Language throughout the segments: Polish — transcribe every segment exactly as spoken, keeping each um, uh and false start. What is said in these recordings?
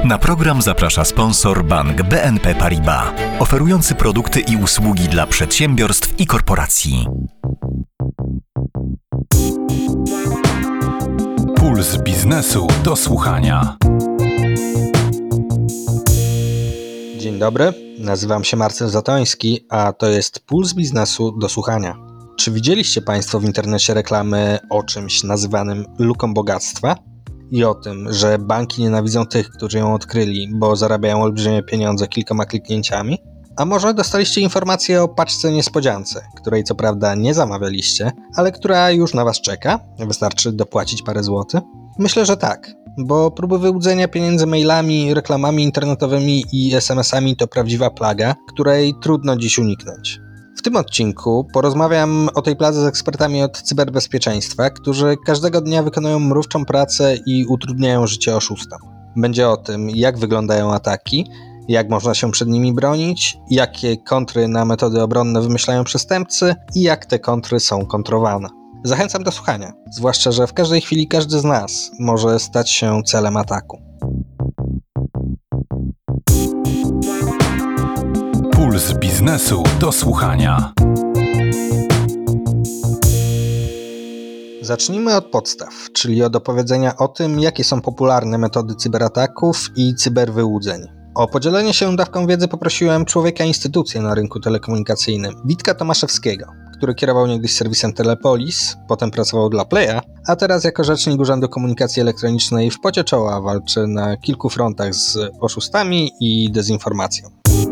Na program zaprasza sponsor bank B N P Paribas, oferujący produkty i usługi dla przedsiębiorstw i korporacji. Puls biznesu do słuchania. Dzień dobry, nazywam się Marcel Zatoński, a to jest Puls biznesu do słuchania. Czy widzieliście Państwo w internecie reklamy o czymś nazywanym luką bogactwa? I o tym, że banki nienawidzą tych, którzy ją odkryli, bo zarabiają olbrzymie pieniądze kilkoma kliknięciami? A może dostaliście informację o paczce niespodziance, której co prawda nie zamawialiście, ale która już na Was czeka? Wystarczy dopłacić parę złotych? Myślę, że tak, bo próby wyłudzenia pieniędzy mailami, reklamami internetowymi i es em esami to prawdziwa plaga, której trudno dziś uniknąć. W tym odcinku porozmawiam o tej pladze z ekspertami od cyberbezpieczeństwa, którzy każdego dnia wykonują mrówczą pracę i utrudniają życie oszustom. Będzie o tym, jak wyglądają ataki, jak można się przed nimi bronić, jakie kontry na metody obronne wymyślają przestępcy i jak te kontry są kontrowane. Zachęcam do słuchania, zwłaszcza, że w każdej chwili każdy z nas może stać się celem ataku. Puls biznesu do słuchania. Zacznijmy od podstaw, czyli od opowiedzenia o tym, jakie są popularne metody cyberataków i cyberwyłudzeń. O podzielenie się dawką wiedzy poprosiłem człowieka instytucję na rynku telekomunikacyjnym, Witka Tomaszewskiego, który kierował niegdyś serwisem Telepolis, potem pracował dla Playa, a teraz jako rzecznik Urzędu Komunikacji Elektronicznej w pocie czoła walczy na kilku frontach z oszustami i dezinformacją.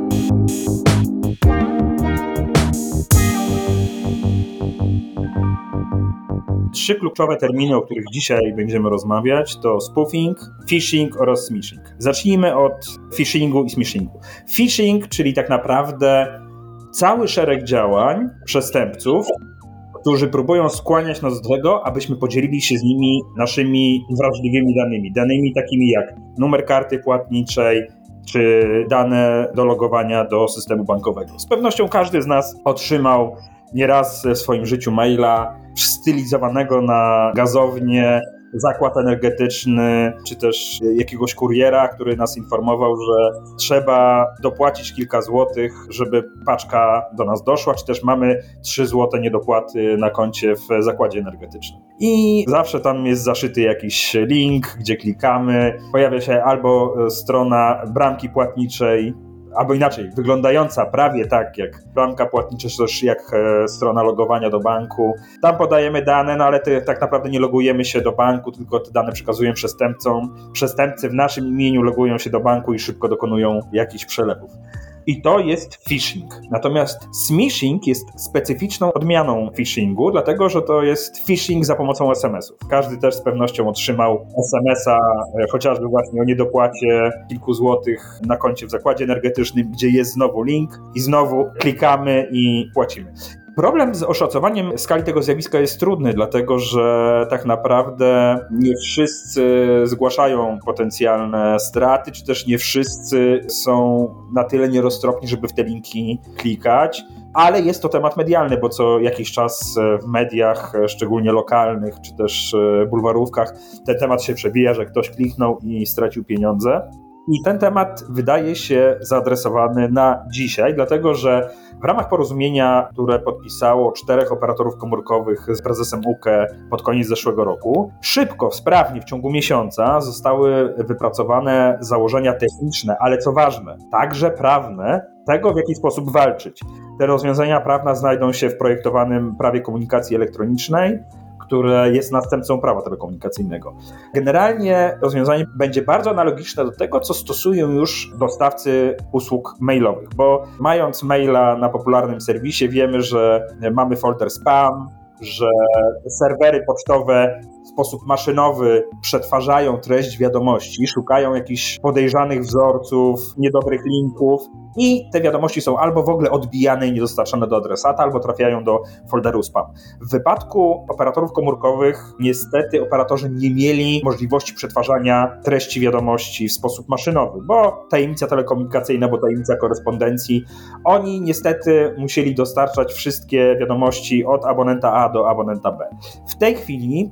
Trzy kluczowe terminy, o których dzisiaj będziemy rozmawiać, to spoofing, phishing oraz smishing. Zacznijmy od phishingu i smishingu. Phishing, czyli tak naprawdę cały szereg działań przestępców, którzy próbują skłaniać nas do tego, abyśmy podzielili się z nimi naszymi wrażliwymi danymi. Danymi takimi jak numer karty płatniczej, czy dane do logowania do systemu bankowego. Z pewnością każdy z nas otrzymał nieraz w swoim życiu maila stylizowanego na gazownię, zakład energetyczny, czy też jakiegoś kuriera, który nas informował, że trzeba dopłacić kilka złotych, żeby paczka do nas doszła, czy też mamy trzy złote niedopłaty na koncie w zakładzie energetycznym. I zawsze tam jest zaszyty jakiś link, gdzie klikamy, pojawia się albo strona bramki płatniczej, albo inaczej, wyglądająca prawie tak jak bramka płatnicza, czy też jak e, strona logowania do banku. Tam podajemy dane, no ale te, tak naprawdę nie logujemy się do banku, tylko te dane przekazujemy przestępcom. Przestępcy w naszym imieniu logują się do banku i szybko dokonują jakichś przelewów. I to jest phishing. Natomiast smishing jest specyficzną odmianą phishingu, dlatego że to jest phishing za pomocą es em esów. Każdy też z pewnością otrzymał es em esa, chociażby właśnie o niedopłacie kilku złotych na koncie w zakładzie energetycznym, gdzie jest znowu link i znowu klikamy i płacimy. Problem z oszacowaniem skali tego zjawiska jest trudny, dlatego że tak naprawdę nie wszyscy zgłaszają potencjalne straty, czy też nie wszyscy są na tyle nieroztropni, żeby w te linki klikać, ale jest to temat medialny, bo co jakiś czas w mediach, szczególnie lokalnych, czy też bulwarówkach, ten temat się przewija, że ktoś kliknął i stracił pieniądze. I ten temat wydaje się zaadresowany na dzisiaj, dlatego że w ramach porozumienia, które podpisało czterech operatorów komórkowych z prezesem U K E pod koniec zeszłego roku, szybko, sprawnie, w ciągu miesiąca zostały wypracowane założenia techniczne, ale co ważne, także prawne, tego, w jaki sposób walczyć. Te rozwiązania prawne znajdą się w projektowanym prawie komunikacji elektronicznej, które jest następcą prawa telekomunikacyjnego. Generalnie rozwiązanie będzie bardzo analogiczne do tego, co stosują już dostawcy usług mailowych, bo mając maila na popularnym serwisie wiemy, że mamy folder spam, że serwery pocztowe w sposób maszynowy przetwarzają treść wiadomości, szukają jakichś podejrzanych wzorców, niedobrych linków i te wiadomości są albo w ogóle odbijane i niedostarczane do adresata, albo trafiają do folderu spam. W wypadku operatorów komórkowych niestety operatorzy nie mieli możliwości przetwarzania treści wiadomości w sposób maszynowy, bo tajemnica telekomunikacyjna, bo tajemnica korespondencji, oni niestety musieli dostarczać wszystkie wiadomości od abonenta A do abonenta B. W tej chwili powstaje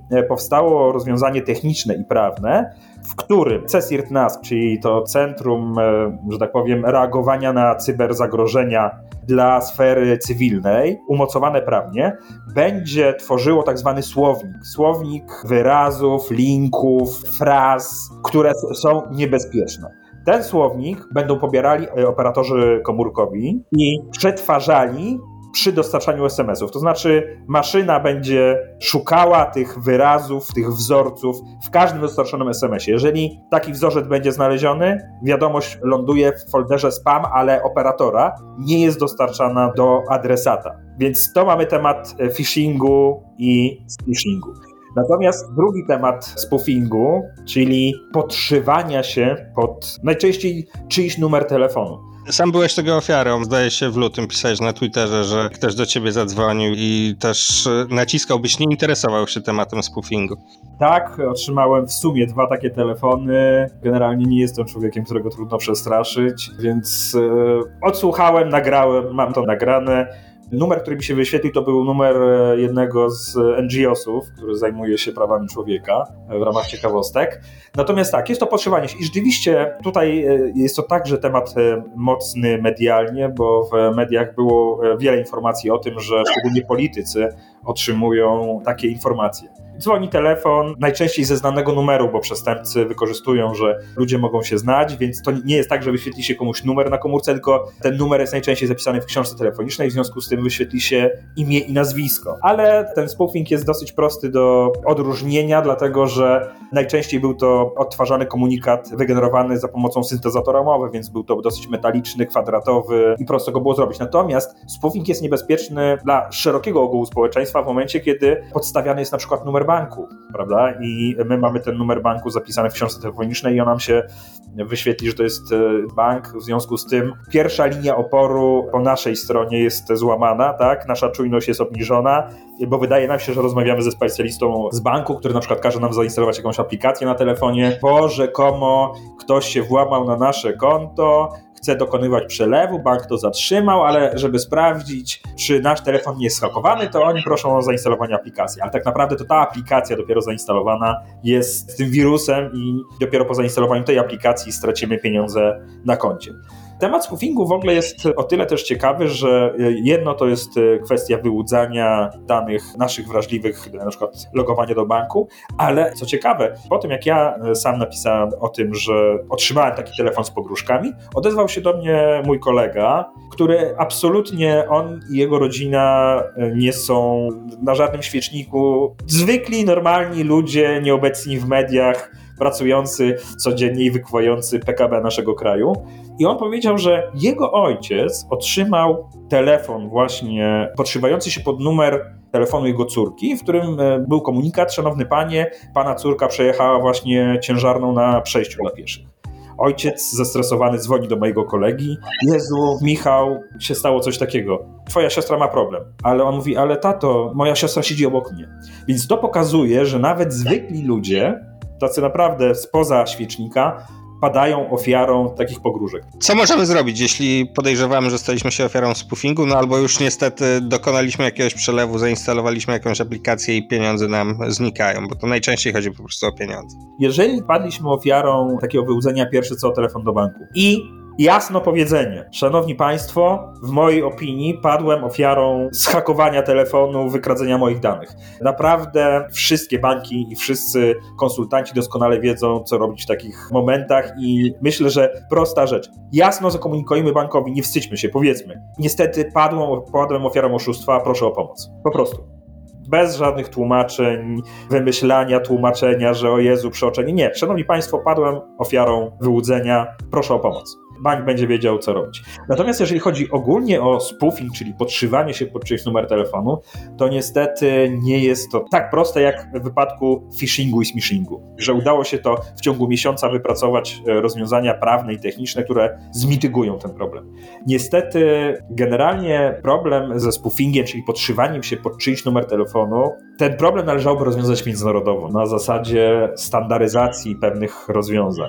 powstało rozwiązanie techniczne i prawne, w którym CSIRT-NASK, czyli to Centrum, że tak powiem, reagowania na cyberzagrożenia dla sfery cywilnej, umocowane prawnie, będzie tworzyło tak zwany słownik. Słownik wyrazów, linków, fraz, które są niebezpieczne. Ten słownik będą pobierali operatorzy komórkowi i przetwarzali przy dostarczaniu es em esów. To znaczy maszyna będzie szukała tych wyrazów, tych wzorców w każdym dostarczonym es em esie. Jeżeli taki wzorzec będzie znaleziony, wiadomość ląduje w folderze spam, ale operatora nie jest dostarczana do adresata. Więc to mamy temat phishingu i smishingu. Natomiast drugi temat spoofingu, czyli podszywania się pod najczęściej czyjś numer telefonu. Sam byłeś tego ofiarą, zdaje się w lutym pisałeś na Twitterze, że ktoś do ciebie zadzwonił i też naciskał, byś nie interesował się tematem spoofingu. Tak, otrzymałem w sumie dwa takie telefony. Generalnie nie jestem człowiekiem, którego trudno przestraszyć, więc yy, odsłuchałem, nagrałem, mam to nagrane. Numer, który mi się wyświetlił, to był numer jednego z en dżi osów, który zajmuje się prawami człowieka w ramach ciekawostek. Natomiast tak, jest to podszywanie się i rzeczywiście tutaj jest to także temat mocny medialnie, bo w mediach było wiele informacji o tym, że szczególnie politycy otrzymują takie informacje. Dzwoni telefon, najczęściej ze znanego numeru, bo przestępcy wykorzystują, że ludzie mogą się znać, więc to nie jest tak, że wyświetli się komuś numer na komórce, tylko ten numer jest najczęściej zapisany w książce telefonicznej, w związku z tym wyświetli się imię i nazwisko. Ale ten spoofing jest dosyć prosty do odróżnienia, dlatego że najczęściej był to odtwarzany komunikat wygenerowany za pomocą syntezatora mowy, więc był to dosyć metaliczny, kwadratowy i prosto go było zrobić. Natomiast spoofing jest niebezpieczny dla szerokiego ogółu społeczeństwa w momencie, kiedy podstawiany jest na przykład numer banku, prawda? I my mamy ten numer banku zapisany w książce telefonicznej i on nam się wyświetli, że to jest bank. W związku z tym pierwsza linia oporu po naszej stronie jest złamana, tak? Nasza czujność jest obniżona, bo wydaje nam się, że rozmawiamy ze specjalistą z banku, który na przykład każe nam zainstalować jakąś aplikację na telefonie, bo rzekomo ktoś się włamał na nasze konto, chce dokonywać przelewu, bank to zatrzymał, ale żeby sprawdzić, czy nasz telefon nie jest zhakowany, to oni proszą o zainstalowanie aplikacji. Ale tak naprawdę to ta aplikacja dopiero zainstalowana jest tym wirusem i dopiero po zainstalowaniu tej aplikacji stracimy pieniądze na koncie. Temat spoofingu w ogóle jest o tyle też ciekawy, że jedno to jest kwestia wyłudzania danych naszych wrażliwych, na przykład logowania do banku, ale co ciekawe, po tym jak ja sam napisałem o tym, że otrzymałem taki telefon z pogróżkami, odezwał się do mnie mój kolega, który absolutnie on i jego rodzina nie są na żadnym świeczniku, zwykli, normalni ludzie, nieobecni w mediach, pracujący codziennie i wykuwający P K B naszego kraju. I on powiedział, że jego ojciec otrzymał telefon właśnie podszywający się pod numer telefonu jego córki, w którym był komunikat: szanowny panie, pana córka przejechała właśnie ciężarną na przejściu dla pieszych. Ojciec zestresowany dzwoni do mojego kolegi: Jezu, Michał, się stało coś takiego. Twoja siostra ma problem. Ale on mówi: ale tato, moja siostra siedzi obok mnie. Więc to pokazuje, że nawet zwykli ludzie, tacy naprawdę spoza świecznika, padają ofiarą takich pogróżek. Co możemy zrobić, jeśli podejrzewamy, że staliśmy się ofiarą spoofingu, no albo już niestety dokonaliśmy jakiegoś przelewu, zainstalowaliśmy jakąś aplikację i pieniądze nam znikają, bo to najczęściej chodzi po prostu o pieniądze. Jeżeli padliśmy ofiarą takiego wyłudzenia, pierwsze co, telefon do banku. I jasno powiedzenie: szanowni państwo, w mojej opinii padłem ofiarą zhakowania telefonu, wykradzenia moich danych. Naprawdę wszystkie banki i wszyscy konsultanci doskonale wiedzą, co robić w takich momentach i myślę, że prosta rzecz. Jasno zakomunikujmy bankowi, nie wstydźmy się, powiedzmy: niestety padłem, padłem ofiarą oszustwa, proszę o pomoc. Po prostu. Bez żadnych tłumaczeń, wymyślania, tłumaczenia, że o Jezu, przeoczenie. Nie, szanowni państwo, padłem ofiarą wyłudzenia, proszę o pomoc. Bank będzie wiedział, co robić. Natomiast jeżeli chodzi ogólnie o spoofing, czyli podszywanie się pod czyjś numer telefonu, to niestety nie jest to tak proste jak w wypadku phishingu i smishingu, że udało się to w ciągu miesiąca wypracować rozwiązania prawne i techniczne, które zmitygują ten problem. Niestety generalnie problem ze spoofingiem, czyli podszywaniem się pod czyjś numer telefonu, ten problem należałoby rozwiązać międzynarodowo, na zasadzie standaryzacji pewnych rozwiązań.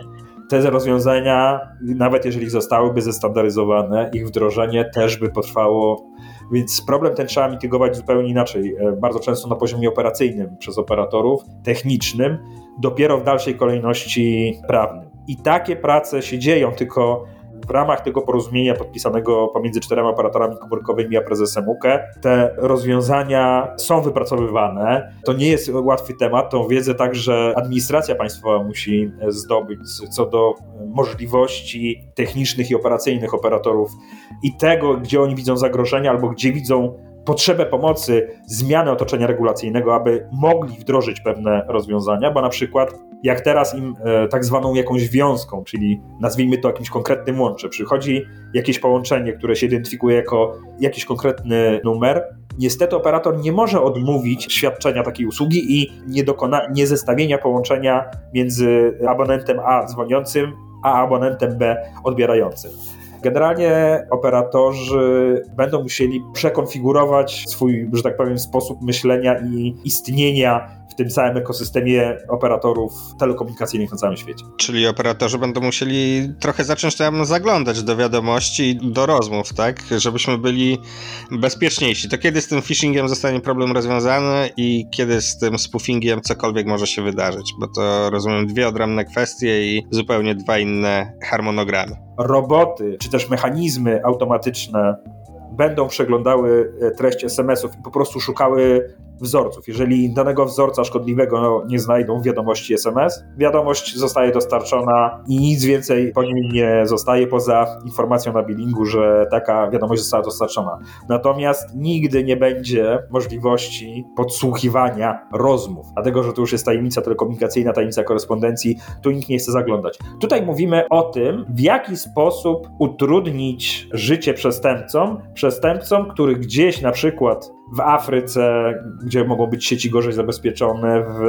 te rozwiązania, nawet jeżeli zostałyby zestandaryzowane, ich wdrożenie też by potrwało, więc problem ten trzeba mitygować zupełnie inaczej, bardzo często na poziomie operacyjnym przez operatorów, technicznym, dopiero w dalszej kolejności prawnym. I takie prace się dzieją, tylko w ramach tego porozumienia podpisanego pomiędzy czterema operatorami komórkowymi a prezesem U K E te rozwiązania są wypracowywane. To nie jest łatwy temat, tą wiedzę także administracja państwowa musi zdobyć co do możliwości technicznych i operacyjnych operatorów i tego, gdzie oni widzą zagrożenia albo gdzie widzą potrzebę pomocy, zmiany otoczenia regulacyjnego, aby mogli wdrożyć pewne rozwiązania, bo na przykład jak teraz im e, tak zwaną jakąś wiązką, czyli nazwijmy to jakimś konkretnym łączem, przychodzi jakieś połączenie, które się identyfikuje jako jakiś konkretny numer, niestety operator nie może odmówić świadczenia takiej usługi i nie dokona, nie zestawienia połączenia między abonentem A dzwoniącym, a abonentem B odbierającym. Generalnie operatorzy będą musieli przekonfigurować swój, że tak powiem, sposób myślenia i istnienia w tym całym ekosystemie operatorów telekomunikacyjnych na całym świecie. Czyli operatorzy będą musieli trochę zacząć tam zaglądać do wiadomości i do rozmów, tak? Żebyśmy byli bezpieczniejsi. To kiedy z tym phishingiem zostanie problem rozwiązany i kiedy z tym spoofingiem cokolwiek może się wydarzyć? Bo to, rozumiem, dwie odrębne kwestie i zupełnie dwa inne harmonogramy. Roboty, czy też mechanizmy automatyczne będą przeglądały treść es em esów i po prostu szukały wzorców. Jeżeli danego wzorca szkodliwego nie znajdą w wiadomości es em es, wiadomość zostaje dostarczona i nic więcej po niej nie zostaje poza informacją na billingu, że taka wiadomość została dostarczona. Natomiast nigdy nie będzie możliwości podsłuchiwania rozmów, dlatego że to już jest tajemnica telekomunikacyjna, tajemnica korespondencji, tu nikt nie chce zaglądać. Tutaj mówimy o tym, w jaki sposób utrudnić życie przestępcom, przestępcom, których gdzieś na przykład w Afryce, gdzie mogą być sieci gorzej zabezpieczone, w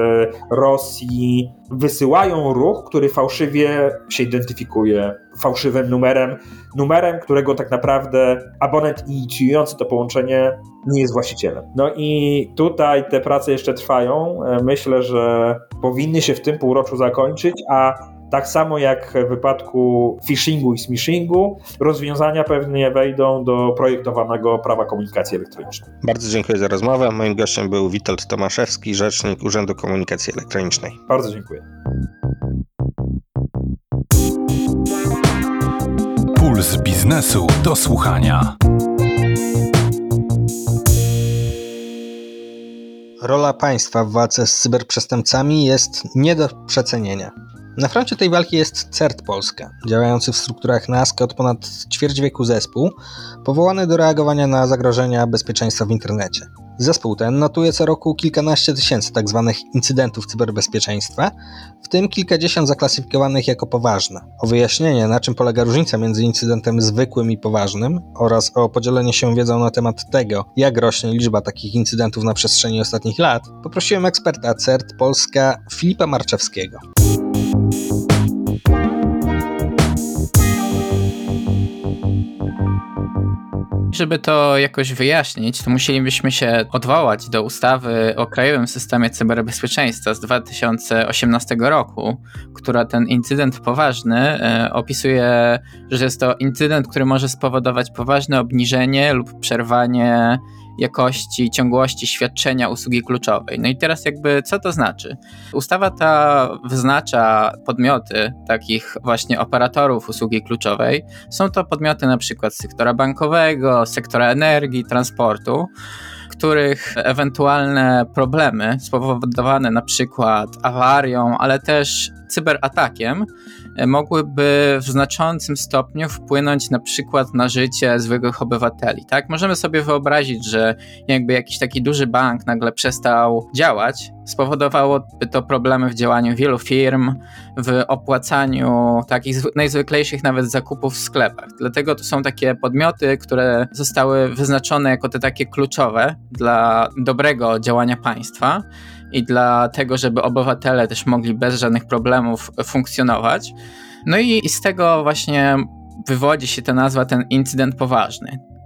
Rosji, wysyłają ruch, który fałszywie się identyfikuje fałszywym numerem, numerem, którego tak naprawdę abonent inicjujący to połączenie nie jest właścicielem. No i tutaj te prace jeszcze trwają. Myślę, że powinny się w tym półroczu zakończyć, a tak samo jak w wypadku phishingu i smishingu, rozwiązania pewnie wejdą do projektowanego prawa komunikacji elektronicznej. Bardzo dziękuję za rozmowę. Moim gościem był Witold Tomaszewski, rzecznik Urzędu Komunikacji Elektronicznej. Bardzo dziękuję. Puls biznesu do słuchania. Rola państwa w walce z cyberprzestępcami jest nie do przecenienia. Na froncie tej walki jest CERT Polska, działający w strukturach NASK od ponad ćwierć wieku zespół, powołany do reagowania na zagrożenia bezpieczeństwa w internecie. Zespół ten notuje co roku kilkanaście tysięcy tzw. incydentów cyberbezpieczeństwa, w tym kilkadziesiąt zaklasyfikowanych jako poważne. O wyjaśnienie, na czym polega różnica między incydentem zwykłym i poważnym oraz o podzielenie się wiedzą na temat tego, jak rośnie liczba takich incydentów na przestrzeni ostatnich lat, poprosiłem eksperta CERT Polska Filipa Marczewskiego. Żeby to jakoś wyjaśnić, to musielibyśmy się odwołać do ustawy o Krajowym Systemie Cyberbezpieczeństwa z dwa tysiące osiemnastego roku, która ten incydent poważny e, opisuje, że jest to incydent, który może spowodować poważne obniżenie lub przerwanie jakości i ciągłości świadczenia usługi kluczowej. No i teraz jakby co to znaczy? Ustawa ta wyznacza podmioty takich właśnie operatorów usługi kluczowej. Są to podmioty na przykład z sektora bankowego, sektora energii, transportu, których ewentualne problemy spowodowane na przykład awarią, ale też cyberatakiem mogłyby w znaczącym stopniu wpłynąć na przykład na życie zwykłych obywateli. Tak? Możemy sobie wyobrazić, że jakby jakiś taki duży bank nagle przestał działać, spowodowałoby to problemy w działaniu wielu firm, w opłacaniu takich najzwyklejszych nawet zakupów w sklepach. Dlatego to są takie podmioty, które zostały wyznaczone jako te takie kluczowe dla dobrego działania państwa i dla tego, żeby obywatele też mogli bez żadnych problemów funkcjonować. No i z tego właśnie wywodzi się ta nazwa, ten incydent poważny.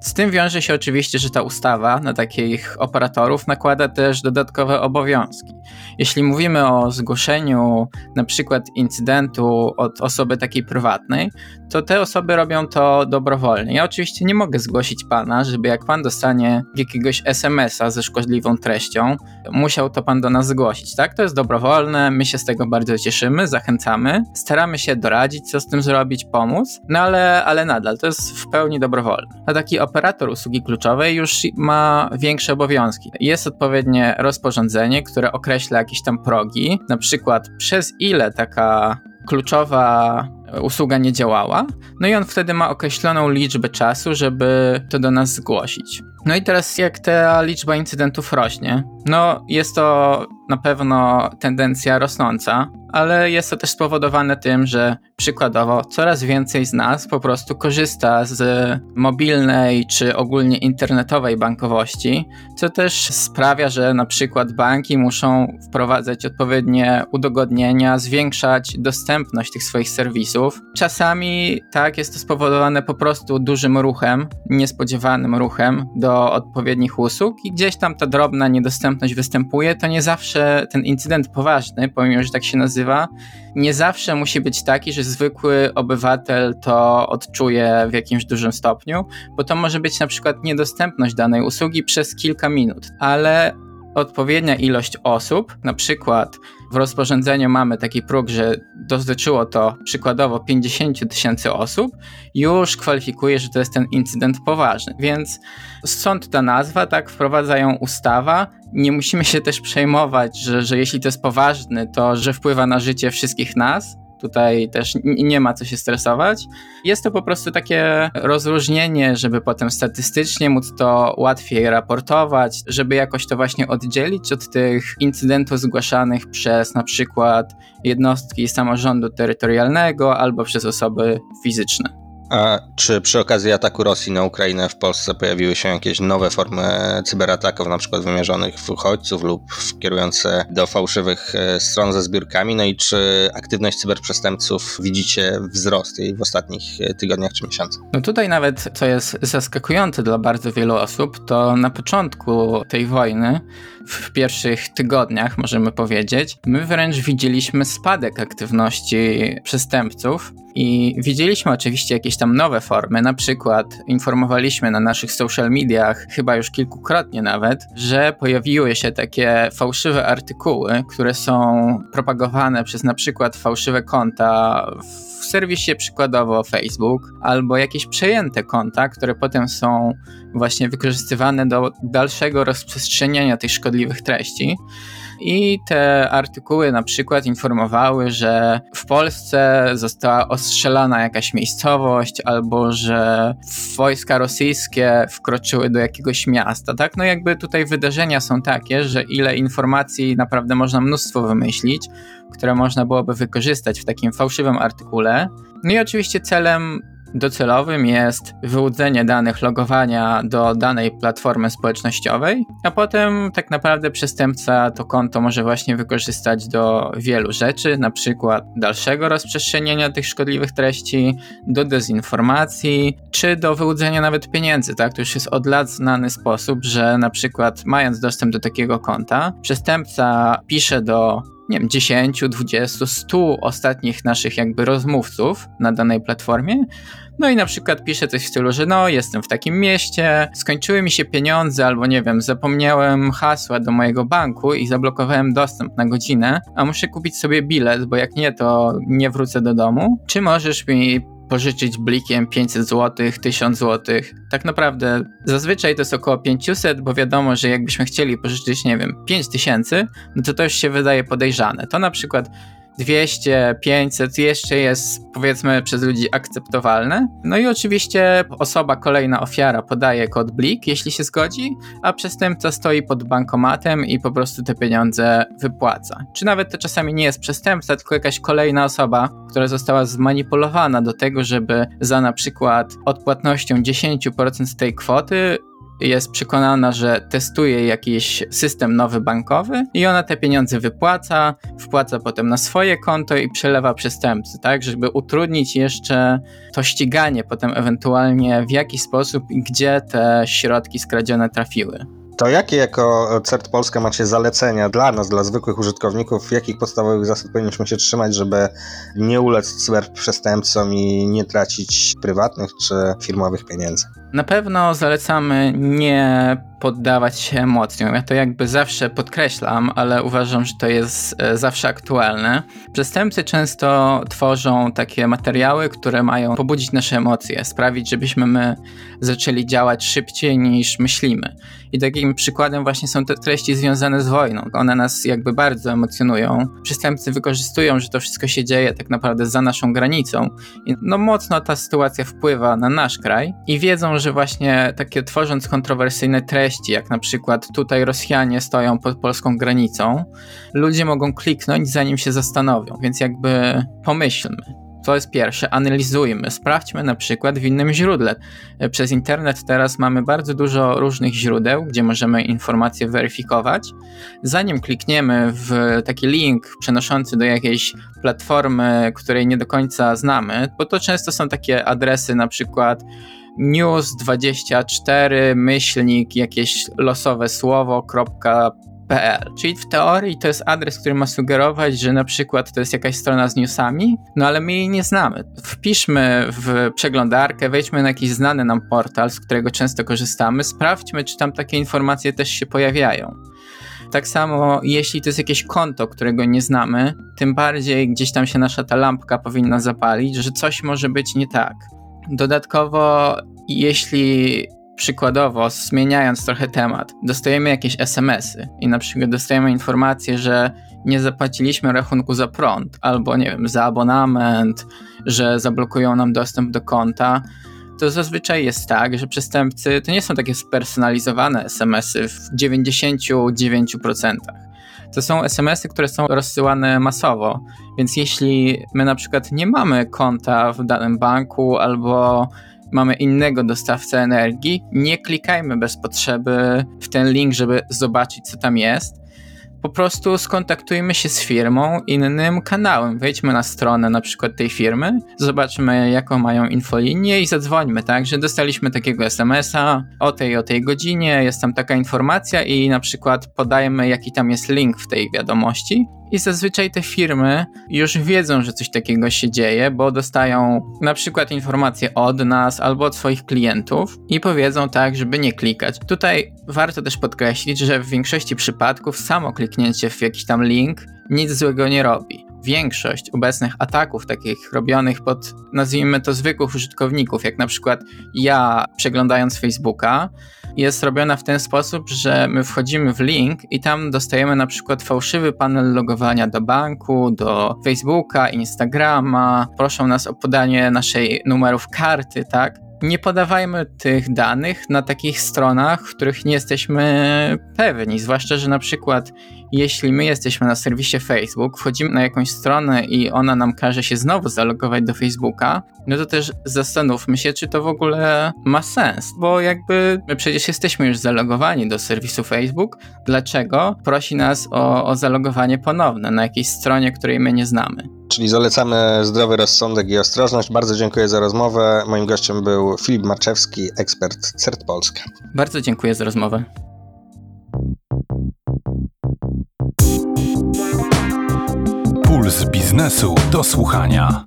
Z tym wiąże się oczywiście, że ta ustawa na takich operatorów nakłada też dodatkowe obowiązki. Jeśli mówimy o zgłoszeniu na przykład incydentu od osoby takiej prywatnej, to te osoby robią to dobrowolnie. Ja oczywiście nie mogę zgłosić pana, żeby jak pan dostanie jakiegoś es em es a ze szkodliwą treścią, musiał to pan do nas zgłosić, tak? To jest dobrowolne, my się z tego bardzo cieszymy, zachęcamy, staramy się doradzić, co z tym zrobić, pomóc, no ale, ale nadal to jest w pełni dobrowolne. A taki operator usługi kluczowej już ma większe obowiązki. Jest odpowiednie rozporządzenie, które określa jakieś tam progi, na przykład przez ile taka kluczowa usługa nie działała, no i on wtedy ma określoną liczbę czasu, żeby to do nas zgłosić. No i teraz jak ta liczba incydentów rośnie, no jest to na pewno tendencja rosnąca, ale jest to też spowodowane tym, że przykładowo coraz więcej z nas po prostu korzysta z mobilnej czy ogólnie internetowej bankowości, co też sprawia, że na przykład banki muszą wprowadzać odpowiednie udogodnienia, zwiększać dostępność tych swoich serwisów. Czasami tak jest to spowodowane po prostu dużym ruchem, niespodziewanym ruchem do odpowiednich usług i gdzieś tam ta drobna niedostępność występuje. To nie zawsze ten incydent poważny, pomimo że tak się nazywa, nie zawsze musi być taki, że zwykły obywatel to odczuje w jakimś dużym stopniu, bo to może być na przykład niedostępność danej usługi przez kilka minut, ale odpowiednia ilość osób, na przykład w rozporządzeniu mamy taki próg, że dotyczyło to przykładowo pięćdziesiąt tysięcy osób, już kwalifikuje, że to jest ten incydent poważny. Więc stąd ta nazwa, tak, wprowadzają ustawa. Nie musimy się też przejmować, że, że jeśli to jest poważny, to że wpływa na życie wszystkich nas. Tutaj też nie ma co się stresować. Jest to po prostu takie rozróżnienie, żeby potem statystycznie móc to łatwiej raportować, żeby jakoś to właśnie oddzielić od tych incydentów zgłaszanych przez na przykład jednostki samorządu terytorialnego albo przez osoby fizyczne. A czy przy okazji ataku Rosji na Ukrainę w Polsce pojawiły się jakieś nowe formy cyberataków, na przykład wymierzonych w uchodźców lub kierujące do fałszywych stron ze zbiórkami? No i czy aktywność cyberprzestępców widzicie wzrost jej w ostatnich tygodniach czy miesiącach? No tutaj nawet, co jest zaskakujące dla bardzo wielu osób, to na początku tej wojny, w pierwszych tygodniach możemy powiedzieć, my wręcz widzieliśmy spadek aktywności przestępców i widzieliśmy oczywiście jakieś tam nowe formy, na przykład informowaliśmy na naszych social mediach, chyba już kilkukrotnie nawet, że pojawiły się takie fałszywe artykuły, które są propagowane przez na przykład fałszywe konta w serwisie przykładowo Facebook, albo jakieś przejęte konta, które potem są właśnie wykorzystywane do dalszego rozprzestrzeniania tych szkodliwych treści. I te artykuły na przykład informowały, że w Polsce została ostrzelana jakaś miejscowość, albo że wojska rosyjskie wkroczyły do jakiegoś miasta, tak? No jakby tutaj wydarzenia są takie, że ile informacji naprawdę można mnóstwo wymyślić, które można byłoby wykorzystać w takim fałszywym artykule. No i oczywiście celem docelowym jest wyłudzenie danych logowania do danej platformy społecznościowej, a potem tak naprawdę przestępca to konto może właśnie wykorzystać do wielu rzeczy, na przykład dalszego rozprzestrzeniania tych szkodliwych treści, do dezinformacji, czy do wyłudzenia nawet pieniędzy, tak? To już jest od lat znany sposób, że na przykład mając dostęp do takiego konta, przestępca pisze do nie wiem, dziesięć, dwadzieścia, sto ostatnich naszych jakby rozmówców na danej platformie. No i na przykład pisze coś w stylu, że no jestem w takim mieście, skończyły mi się pieniądze albo nie wiem, zapomniałem hasła do mojego banku i zablokowałem dostęp na godzinę, a muszę kupić sobie bilet, bo jak nie, to nie wrócę do domu. Czy możesz mi pożyczyć blikiem pięćset złotych, tysiąc złotych? Tak naprawdę zazwyczaj to jest około pięćset, bo wiadomo, że jakbyśmy chcieli pożyczyć, nie wiem, pięć tysięcy, no to to już się wydaje podejrzane. To na przykład dwieście, pięćset jeszcze jest, powiedzmy, przez ludzi akceptowalne. No i oczywiście osoba, kolejna ofiara podaje kod blik, jeśli się zgodzi, a przestępca stoi pod bankomatem i po prostu te pieniądze wypłaca. Czy nawet to czasami nie jest przestępca, tylko jakaś kolejna osoba, która została zmanipulowana do tego, żeby za na przykład odpłatnością dziesięć procent z tej kwoty jest przekonana, że testuje jakiś system nowy bankowy i ona te pieniądze wypłaca, wpłaca potem na swoje konto i przelewa przestępcy, tak, żeby utrudnić jeszcze to ściganie potem ewentualnie w jaki sposób i gdzie te środki skradzione trafiły. To jakie jako CERT Polska macie zalecenia dla nas, dla zwykłych użytkowników, jakich podstawowych zasad powinniśmy się trzymać, żeby nie ulec cyberprzestępcom i nie tracić prywatnych czy firmowych pieniędzy? Na pewno zalecamy nie poddawać się emocjom. Ja to jakby zawsze podkreślam, ale uważam, że to jest zawsze aktualne. Przestępcy często tworzą takie materiały, które mają pobudzić nasze emocje, sprawić, żebyśmy my zaczęli działać szybciej niż myślimy. I takim przykładem właśnie są te treści związane z wojną. One nas jakby bardzo emocjonują. Przestępcy wykorzystują, że to wszystko się dzieje tak naprawdę za naszą granicą. I no mocno ta sytuacja wpływa na nasz kraj i wiedzą, że właśnie takie tworząc kontrowersyjne treści, jak na przykład tutaj Rosjanie stoją pod polską granicą, ludzie mogą kliknąć, zanim się zastanowią, więc jakby pomyślmy. To jest pierwsze, analizujmy, sprawdźmy na przykład w innym źródle. Przez internet teraz mamy bardzo dużo różnych źródeł, gdzie możemy informacje weryfikować. Zanim klikniemy w taki link przenoszący do jakiejś platformy, której nie do końca znamy, bo to często są takie adresy na przykład news dwadzieścia cztery myślnik jakieś losowe słowo.pl. Czyli w teorii to jest adres, który ma sugerować, że na przykład to jest jakaś strona z newsami, no ale my jej nie znamy. Wpiszmy w przeglądarkę, wejdźmy na jakiś znany nam portal, z którego często korzystamy, sprawdźmy, czy tam takie informacje też się pojawiają. Tak samo jeśli to jest jakieś konto, którego nie znamy, tym bardziej gdzieś tam się nasza ta lampka powinna zapalić, że coś może być nie tak. Dodatkowo, jeśli przykładowo, zmieniając trochę temat, dostajemy jakieś es em esy i na przykład dostajemy informację, że nie zapłaciliśmy rachunku za prąd albo, nie wiem, za abonament, że zablokują nam dostęp do konta, to zazwyczaj jest tak, że przestępcy to nie są takie spersonalizowane es em esy w dziewięćdziesiąt dziewięć procent. To są es em esy, które są rozsyłane masowo, więc jeśli my na przykład nie mamy konta w danym banku albo mamy innego dostawcę energii, nie klikajmy bez potrzeby w ten link, żeby zobaczyć, co tam jest. Po prostu skontaktujmy się z firmą innym kanałem. Wejdźmy na stronę na przykład tej firmy, zobaczmy, jaką mają infolinię i zadzwońmy, tak, że dostaliśmy takiego es em esa o tej o tej godzinie, jest tam taka informacja i na przykład podajmy, jaki tam jest link w tej wiadomości. I zazwyczaj te firmy już wiedzą, że coś takiego się dzieje, bo dostają na przykład informacje od nas albo od swoich klientów i powiedzą tak, żeby nie klikać. Tutaj warto też podkreślić, że w większości przypadków samo kliknięcie w jakiś tam link nic złego nie robi. Większość obecnych ataków takich robionych pod, nazwijmy to, zwykłych użytkowników, jak na przykład ja przeglądając Facebooka, jest robiona w ten sposób, że my wchodzimy w link i tam dostajemy na przykład fałszywy panel logowania do banku, do Facebooka, Instagrama, proszą nas o podanie naszej numerów karty, tak? Nie podawajmy tych danych na takich stronach, w których nie jesteśmy pewni, zwłaszcza, że na przykład jeśli my jesteśmy na serwisie Facebook, wchodzimy na jakąś stronę i ona nam każe się znowu zalogować do Facebooka, no to też zastanówmy się, czy to w ogóle ma sens, bo jakby my przecież jesteśmy już zalogowani do serwisu Facebook, dlaczego prosi nas o, o zalogowanie ponowne na jakiejś stronie, której my nie znamy? Czyli zalecamy zdrowy rozsądek i ostrożność. Bardzo dziękuję za rozmowę. Moim gościem był Filip Marczewski, ekspert CERT Polska. Bardzo dziękuję za rozmowę. Puls biznesu do słuchania.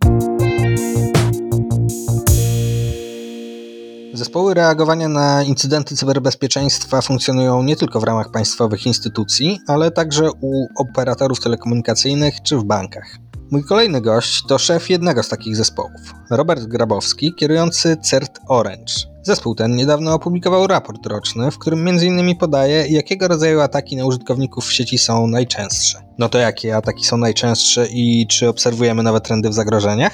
Zespoły reagowania na incydenty cyberbezpieczeństwa funkcjonują nie tylko w ramach państwowych instytucji, ale także u operatorów telekomunikacyjnych czy w bankach. Mój kolejny gość to szef jednego z takich zespołów, Robert Grabowski, kierujący CERT Orange. Zespół ten niedawno opublikował raport roczny, w którym między innymi podaje, jakiego rodzaju ataki na użytkowników w sieci są najczęstsze. No to jakie ataki są najczęstsze i czy obserwujemy nowe trendy w zagrożeniach?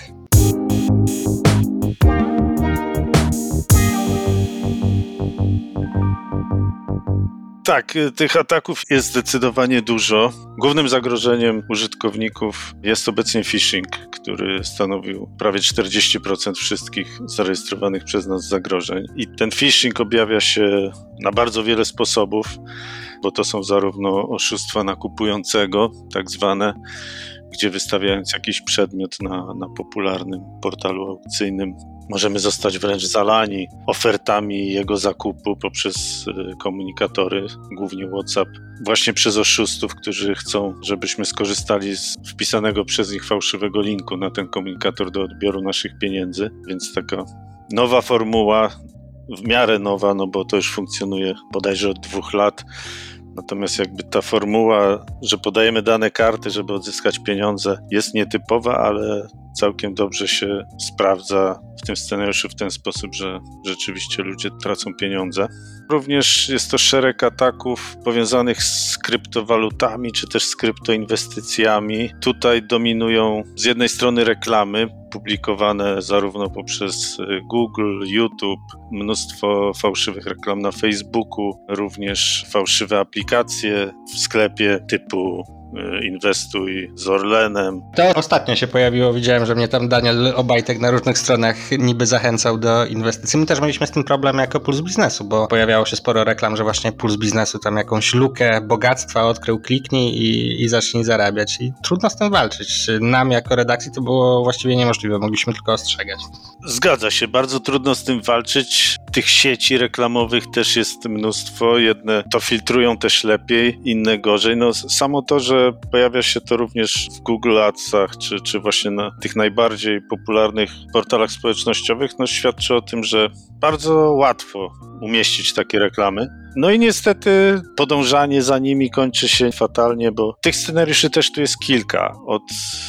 Tak, tych ataków jest zdecydowanie dużo. Głównym zagrożeniem użytkowników jest obecnie phishing, który stanowił prawie czterdzieści procent wszystkich zarejestrowanych przez nas zagrożeń. I ten phishing objawia się na bardzo wiele sposobów, bo to są zarówno oszustwa na kupującego, tak zwane, gdzie wystawiając jakiś przedmiot na, na popularnym portalu aukcyjnym możemy zostać wręcz zalani ofertami jego zakupu poprzez komunikatory, głównie WhatsApp, właśnie przez oszustów, którzy chcą, żebyśmy skorzystali z wpisanego przez nich fałszywego linku na ten komunikator do odbioru naszych pieniędzy, więc taka nowa formuła, w miarę nowa, no bo to już funkcjonuje bodajże od dwóch lat. Natomiast jakby ta formuła, że podajemy dane karty, żeby odzyskać pieniądze, jest nietypowa, ale całkiem dobrze się sprawdza w tym scenariuszu w ten sposób, że rzeczywiście ludzie tracą pieniądze. Również jest to szereg ataków powiązanych z kryptowalutami, czy też z kryptoinwestycjami. Tutaj dominują z jednej strony reklamy, publikowane zarówno poprzez Google, YouTube, mnóstwo fałszywych reklam na Facebooku, również fałszywe aplikacje w sklepie typu inwestuj z Orlenem. To ostatnio się pojawiło, widziałem, że mnie tam Daniel Obajtek na różnych stronach niby zachęcał do inwestycji. My też mieliśmy z tym problem jako Puls Biznesu, bo pojawiało się sporo reklam, że właśnie Puls Biznesu tam jakąś lukę bogactwa odkrył, kliknij i, i zacznij zarabiać. I trudno z tym walczyć. Nam jako redakcji to było właściwie niemożliwe, mogliśmy tylko ostrzegać. Zgadza się, bardzo trudno z tym walczyć. Tych sieci reklamowych też jest mnóstwo. Jedne to filtrują też lepiej, inne gorzej. No samo to, że pojawia się to również w Google Adsach, czy, czy właśnie na tych najbardziej popularnych portalach społecznościowych, no świadczy o tym, że bardzo łatwo umieścić takie reklamy. No i niestety podążanie za nimi kończy się fatalnie, bo tych scenariuszy też tu jest kilka. Od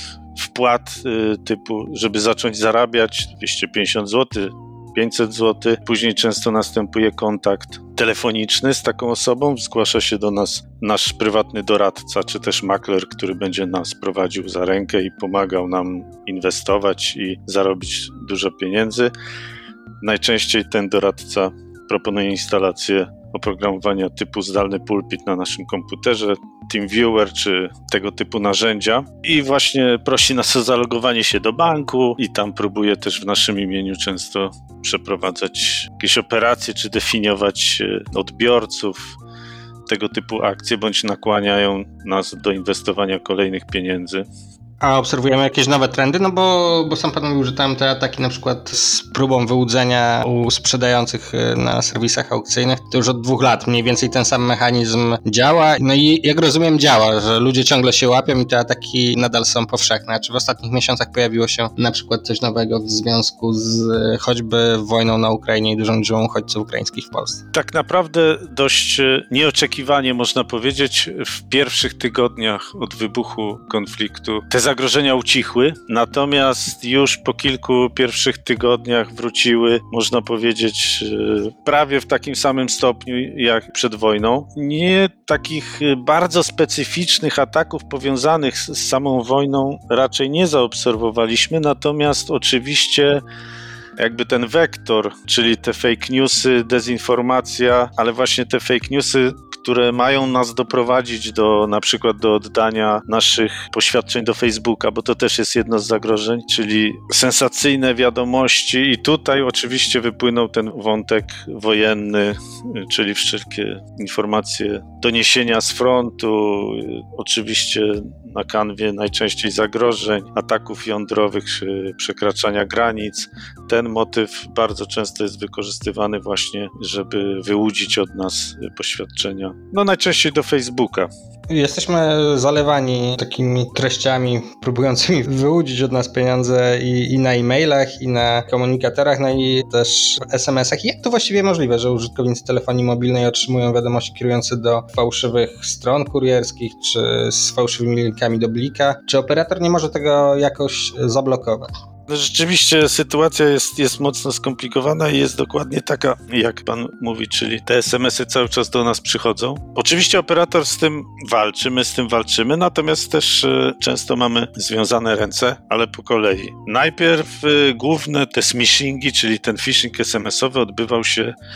wpłat y, typu, żeby zacząć zarabiać dwieście pięćdziesiąt złotych, pięćset złotych. Później często następuje kontakt telefoniczny z taką osobą. Zgłasza się do nas nasz prywatny doradca, czy też makler, który będzie nas prowadził za rękę i pomagał nam inwestować i zarobić dużo pieniędzy. Najczęściej ten doradca proponuje instalację oprogramowania typu zdalny pulpit na naszym komputerze, TeamViewer czy tego typu narzędzia i właśnie prosi nas o zalogowanie się do banku i tam próbuje też w naszym imieniu często przeprowadzać jakieś operacje czy definiować odbiorców, tego typu akcje, bądź nakłaniają nas do inwestowania kolejnych pieniędzy. A obserwujemy jakieś nowe trendy? No bo, bo sam pan mówił, że tam te ataki na przykład z próbą wyłudzenia u sprzedających na serwisach aukcyjnych, to już od dwóch lat mniej więcej ten sam mechanizm działa. No i jak rozumiem działa, że ludzie ciągle się łapią i te ataki nadal są powszechne. Czy w ostatnich miesiącach pojawiło się na przykład coś nowego w związku z choćby wojną na Ukrainie i dużą liczbą uchodźców ukraińskich w Polsce? Tak naprawdę dość nieoczekiwanie można powiedzieć w pierwszych tygodniach od wybuchu konfliktu te zagrożenia ucichły, natomiast już po kilku pierwszych tygodniach wróciły, można powiedzieć, prawie w takim samym stopniu jak przed wojną. Nie takich bardzo specyficznych ataków powiązanych z samą wojną raczej nie zaobserwowaliśmy, natomiast oczywiście jakby ten wektor, czyli te fake newsy, dezinformacja, ale właśnie te fake newsy, które mają nas doprowadzić do na przykład do oddania naszych poświadczeń do Facebooka, bo to też jest jedno z zagrożeń, czyli sensacyjne wiadomości i tutaj oczywiście wypłynął ten wątek wojenny, czyli wszelkie informacje, doniesienia z frontu, oczywiście na kanwie najczęściej zagrożeń, ataków jądrowych, przekraczania granic. Ten motyw bardzo często jest wykorzystywany właśnie, żeby wyłudzić od nas poświadczenia. No najczęściej do Facebooka. Jesteśmy zalewani takimi treściami próbującymi wyłudzić od nas pieniądze i, i na e-mailach, i na komunikatorach, no i też w es em esach. Jak to właściwie możliwe, że użytkownicy telefonii mobilnej otrzymują wiadomości kierujące do fałszywych stron kurierskich, czy z fałszywymi linkami do blika? Czy operator nie może tego jakoś zablokować? No rzeczywiście sytuacja jest, jest mocno skomplikowana i jest dokładnie taka, jak pan mówi, czyli te es em esy cały czas do nas przychodzą. Oczywiście operator z tym walczy, my z tym walczymy, natomiast też y, często mamy związane ręce, ale po kolei. Najpierw y, główne te smishingi, czyli ten phishing es em esowy odbywał się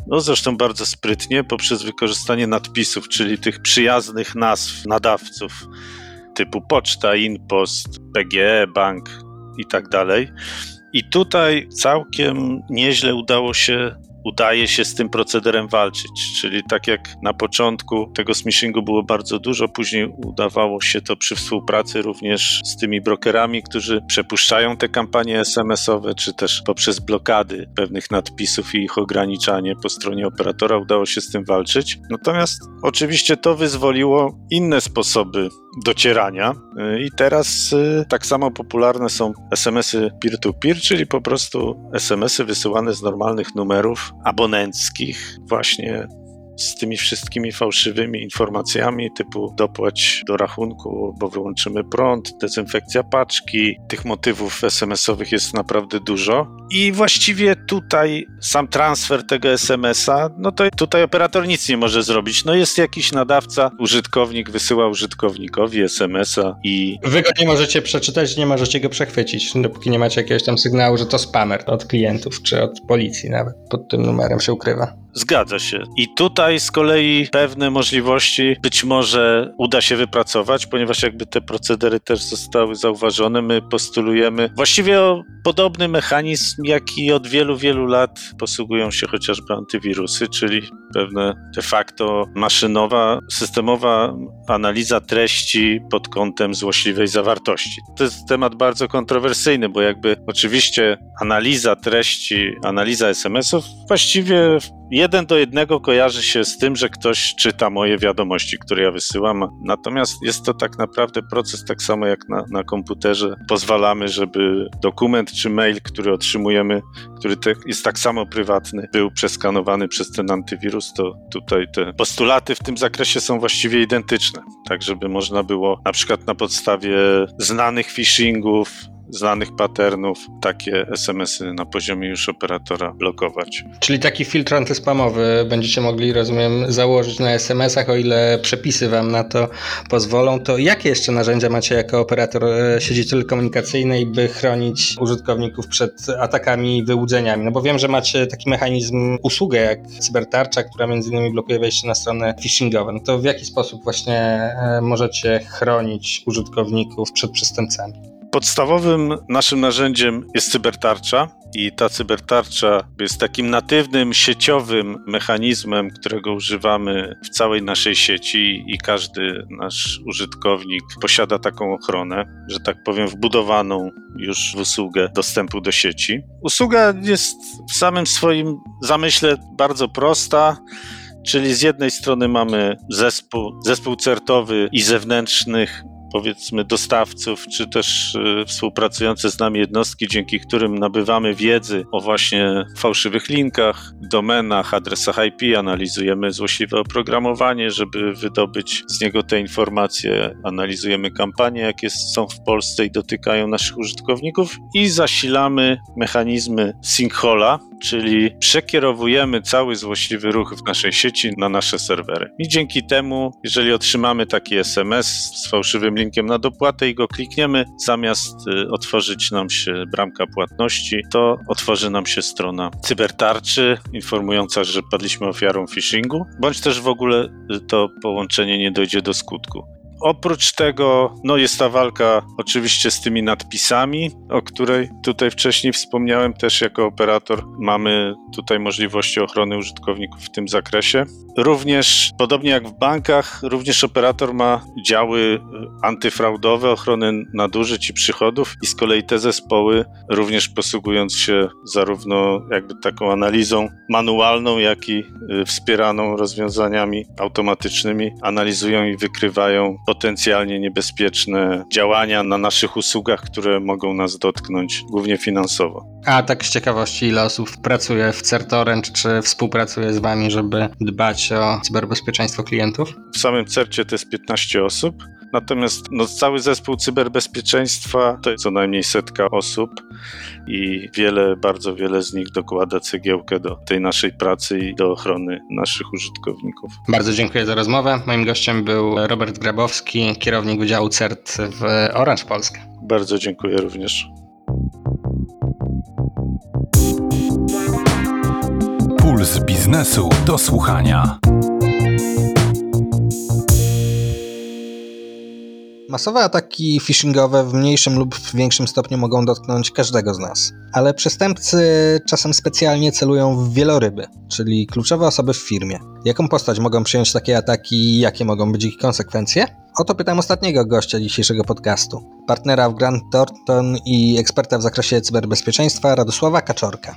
no zresztą bardzo sprytnie, poprzez wykorzystanie nadpisów, czyli tych przyjaznych nazw nadawców typu poczta, InPost, P G E, bank i tak dalej. I tutaj całkiem nieźle udało się udaje się z tym procederem walczyć, czyli tak jak na początku tego smishingu było bardzo dużo, później udawało się to przy współpracy również z tymi brokerami, którzy przepuszczają te kampanie es em esowe, czy też poprzez blokady pewnych nadpisów i ich ograniczanie po stronie operatora udało się z tym walczyć. Natomiast oczywiście to wyzwoliło inne sposoby docierania i teraz tak samo popularne są es em esy peer-to-peer, czyli po prostu es em esy wysyłane z normalnych numerów abonenckich właśnie z tymi wszystkimi fałszywymi informacjami typu dopłać do rachunku, bo wyłączymy prąd, dezynfekcja paczki. Tych motywów es em esowych jest naprawdę dużo i właściwie tutaj sam transfer tego es em esa, no to tutaj operator nic nie może zrobić. No jest jakiś nadawca, użytkownik wysyła użytkownikowi es em esa i... Wy go nie możecie przeczytać, nie możecie go przechwycić, dopóki nie macie jakiegoś tam sygnału, że to spamer od klientów, czy od policji nawet pod tym numerem się ukrywa. Zgadza się. I tutaj z kolei pewne możliwości być może uda się wypracować, ponieważ jakby te procedery też zostały zauważone. My postulujemy właściwie o podobny mechanizm, jaki od wielu, wielu lat posługują się chociażby antywirusy, czyli pewne de facto maszynowa, systemowa analiza treści pod kątem złośliwej zawartości. To jest temat bardzo kontrowersyjny, bo jakby oczywiście analiza treści, analiza es em esów właściwie jeden do jednego kojarzy się z tym, że ktoś czyta moje wiadomości, które ja wysyłam, natomiast jest to tak naprawdę proces tak samo jak na, na komputerze. Pozwalamy, żeby dokument czy mail, który otrzymujemy, który te, jest tak samo prywatny, był przeskanowany przez ten antywirus, to tutaj te postulaty w tym zakresie są właściwie identyczne, tak żeby można było na przykład na podstawie znanych phishingów, znanych patternów takie es em esy na poziomie już operatora blokować. Czyli taki filtr antyspamowy będziecie mogli, rozumiem, założyć na es em esach, o ile przepisy wam na to pozwolą. To jakie jeszcze narzędzia macie jako operator sieci telekomunikacyjnej, by chronić użytkowników przed atakami i wyłudzeniami? No bo wiem, że macie taki mechanizm, usługę jak cybertarcza, która między innymi blokuje wejście na strony phishingowe. No to w jaki sposób właśnie możecie chronić użytkowników przed przestępcami? Podstawowym naszym narzędziem jest cybertarcza i ta cybertarcza jest takim natywnym, sieciowym mechanizmem, którego używamy w całej naszej sieci i każdy nasz użytkownik posiada taką ochronę, że tak powiem wbudowaną już w usługę dostępu do sieci. Usługa jest w samym swoim zamyśle bardzo prosta. Czyli z jednej strony mamy zespół, zespół certowy i zewnętrznych powiedzmy dostawców, czy też y, współpracujące z nami jednostki, dzięki którym nabywamy wiedzy o właśnie fałszywych linkach, domenach, adresach I P, analizujemy złośliwe oprogramowanie, żeby wydobyć z niego te informacje, analizujemy kampanie, jakie są w Polsce i dotykają naszych użytkowników i zasilamy mechanizmy sinkhola, czyli przekierowujemy cały złośliwy ruch w naszej sieci na nasze serwery. I dzięki temu, jeżeli otrzymamy taki es em es z fałszywym linkiem na dopłatę i go klikniemy, zamiast y, otworzyć nam się bramka płatności, to otworzy nam się strona cybertarczy informująca, że padliśmy ofiarą phishingu, bądź też w ogóle y, to połączenie nie dojdzie do skutku. Oprócz tego no jest ta walka oczywiście z tymi nadpisami, o której tutaj wcześniej wspomniałem. Też jako operator mamy tutaj możliwości ochrony użytkowników w tym zakresie. Również, podobnie jak w bankach, również operator ma działy antyfraudowe, ochrony nadużyć i przychodów i z kolei te zespoły, również posługując się zarówno jakby taką analizą manualną, jak i wspieraną rozwiązaniami automatycznymi, analizują i wykrywają potencjalnie niebezpieczne działania na naszych usługach, które mogą nas dotknąć głównie finansowo. A tak z ciekawości, ile osób pracuje w CertOrange, czy współpracuje z wami, żeby dbać o cyberbezpieczeństwo klientów? W samym cercie to jest piętnaście osób, natomiast no, cały zespół cyberbezpieczeństwa to jest co najmniej setka osób i wiele, bardzo wiele z nich dokłada cegiełkę do tej naszej pracy i do ochrony naszych użytkowników. Bardzo dziękuję za rozmowę. Moim gościem był Robert Grabowski, kierownik Wydziału CERT w Orange Polska. Bardzo dziękuję również. Puls Puls biznesu do słuchania. Masowe ataki phishingowe w mniejszym lub w większym stopniu mogą dotknąć każdego z nas. Ale przestępcy czasem specjalnie celują w wieloryby, czyli kluczowe osoby w firmie. Jaką postać mogą przyjąć takie ataki i jakie mogą być ich konsekwencje? O to pytam ostatniego gościa dzisiejszego podcastu. Partnera w Grant Thornton i eksperta w zakresie cyberbezpieczeństwa Radosława Kaczorka.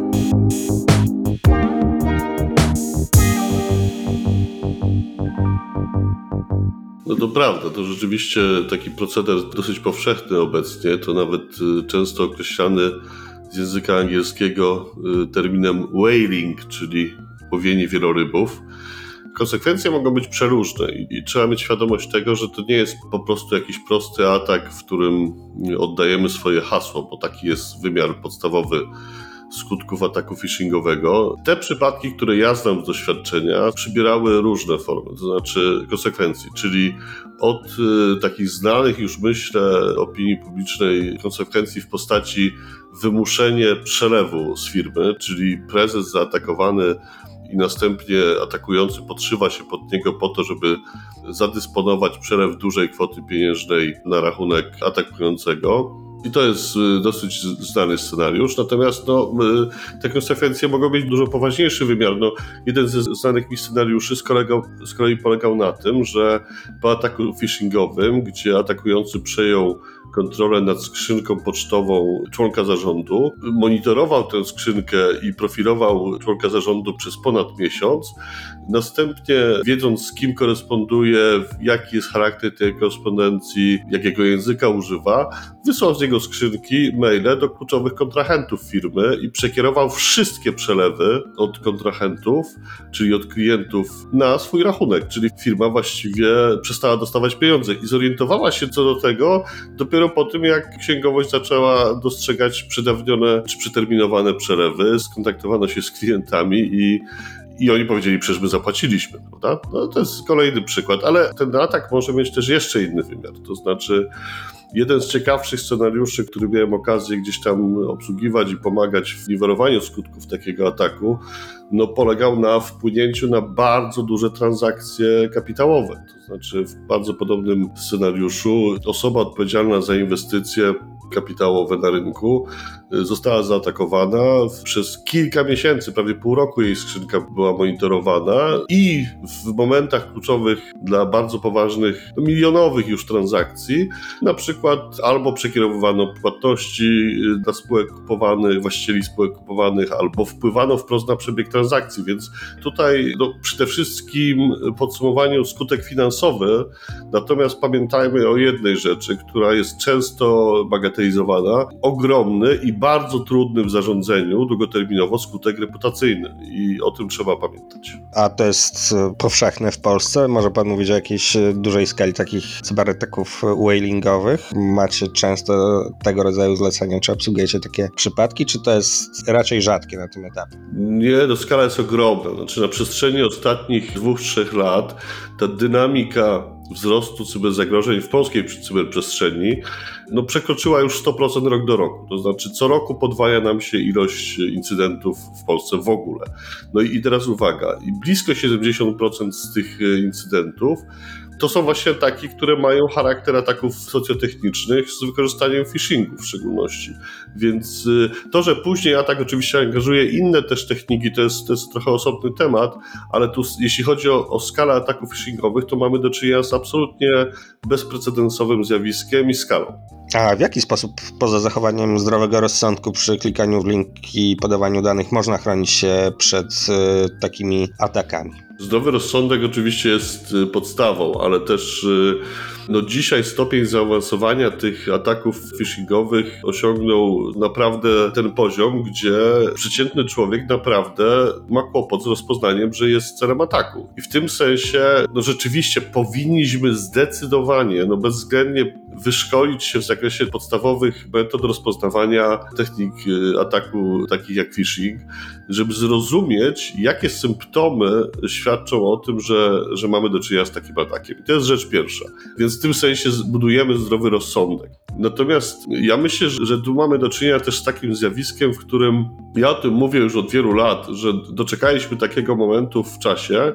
No to prawda, to rzeczywiście taki proceder dosyć powszechny obecnie, to nawet często określany z języka angielskiego terminem whaling, czyli łowienie wielorybów. Konsekwencje mogą być przeróżne i, i trzeba mieć świadomość tego, że to nie jest po prostu jakiś prosty atak, w którym oddajemy swoje hasło, bo taki jest wymiar podstawowy skutków ataku phishingowego. Te przypadki, które ja znam z doświadczenia, przybierały różne formy, to znaczy konsekwencji, czyli od y, takich znanych już, myślę, opinii publicznej konsekwencji w postaci wymuszenie przelewu z firmy, czyli prezes zaatakowany i następnie atakujący podszywa się pod niego po to, żeby zadysponować przelew dużej kwoty pieniężnej na rachunek atakującego. I to jest dosyć znany scenariusz, natomiast no, te konsekwencje mogą mieć dużo poważniejszy wymiar. No, jeden ze znanych mi scenariuszy z, kolego, z kolei polegał na tym, że po ataku phishingowym, gdzie atakujący przejął kontrolę nad skrzynką pocztową członka zarządu, monitorował tę skrzynkę i profilował członka zarządu przez ponad miesiąc. Następnie, wiedząc z kim koresponduje, jaki jest charakter tej korespondencji, jakiego języka używa, wysłał z jego skrzynki maile do kluczowych kontrahentów firmy i przekierował wszystkie przelewy od kontrahentów, czyli od klientów, na swój rachunek, czyli firma właściwie przestała dostawać pieniądze i zorientowała się co do tego dopiero po tym, jak księgowość zaczęła dostrzegać przedawnione czy przeterminowane przelewy, skontaktowano się z klientami i I oni powiedzieli, przecież my zapłaciliśmy, prawda? No to jest kolejny przykład, ale ten atak może mieć też jeszcze inny wymiar. To znaczy, jeden z ciekawszych scenariuszy, który miałem okazję gdzieś tam obsługiwać i pomagać w niwelowaniu skutków takiego ataku, no polegał na wpłynięciu na bardzo duże transakcje kapitałowe. To znaczy, w bardzo podobnym scenariuszu osoba odpowiedzialna za inwestycje kapitałowe na rynku została zaatakowana. Przez kilka miesięcy, prawie pół roku jej skrzynka była monitorowana i w momentach kluczowych dla bardzo poważnych, no milionowych już transakcji, na przykład albo przekierowywano płatności dla spółek kupowanych, właścicieli spółek kupowanych, albo wpływano wprost na przebieg transakcji, więc tutaj no, przede wszystkim podsumowaniu skutek finansowy, natomiast pamiętajmy o jednej rzeczy, która jest często bagatelizowana, ogromny i bardzo trudny w zarządzaniu długoterminowo skutek reputacyjny i o tym trzeba pamiętać. A to jest powszechne w Polsce? Może pan mówić o jakiejś dużej skali takich cyberataków whalingowych? Macie często tego rodzaju zlecenia? Czy obsługujecie takie przypadki, czy to jest raczej rzadkie na tym etapie? Nie, no skala jest ogromna. Znaczy na przestrzeni ostatnich dwóch, trzech lat ta dynamika wzrostu cyberzagrożeń w polskiej cyberprzestrzeni no, przekroczyła już sto procent rok do roku. To znaczy co roku podwaja nam się ilość incydentów w Polsce w ogóle. No i, i teraz uwaga, i blisko siedemdziesiąt procent z tych incydentów to są właśnie ataki, które mają charakter ataków socjotechnicznych z wykorzystaniem phishingu w szczególności. Więc to, że później atak oczywiście angażuje inne też techniki, to jest, to jest trochę osobny temat, ale tu jeśli chodzi o, o skalę ataków phishingowych, to mamy do czynienia z absolutnie bezprecedensowym zjawiskiem i skalą. A w jaki sposób poza zachowaniem zdrowego rozsądku przy klikaniu w linki i podawaniu danych można chronić się przed y, takimi atakami? Zdrowy rozsądek oczywiście jest podstawą, ale też no dzisiaj stopień zaawansowania tych ataków phishingowych osiągnął naprawdę ten poziom, gdzie przeciętny człowiek naprawdę ma kłopot z rozpoznaniem, że jest celem ataku. I w tym sensie no rzeczywiście powinniśmy zdecydowanie, no bezwzględnie wyszkolić się w zakresie podstawowych metod rozpoznawania technik ataku, takich jak phishing, żeby zrozumieć, jakie symptomy świadczą o tym, że, że mamy do czynienia z takim atakiem. I to jest rzecz pierwsza. Więc w tym sensie budujemy zdrowy rozsądek. Natomiast ja myślę, że tu mamy do czynienia też z takim zjawiskiem, w którym ja o tym mówię już od wielu lat, że doczekaliśmy takiego momentu w czasie,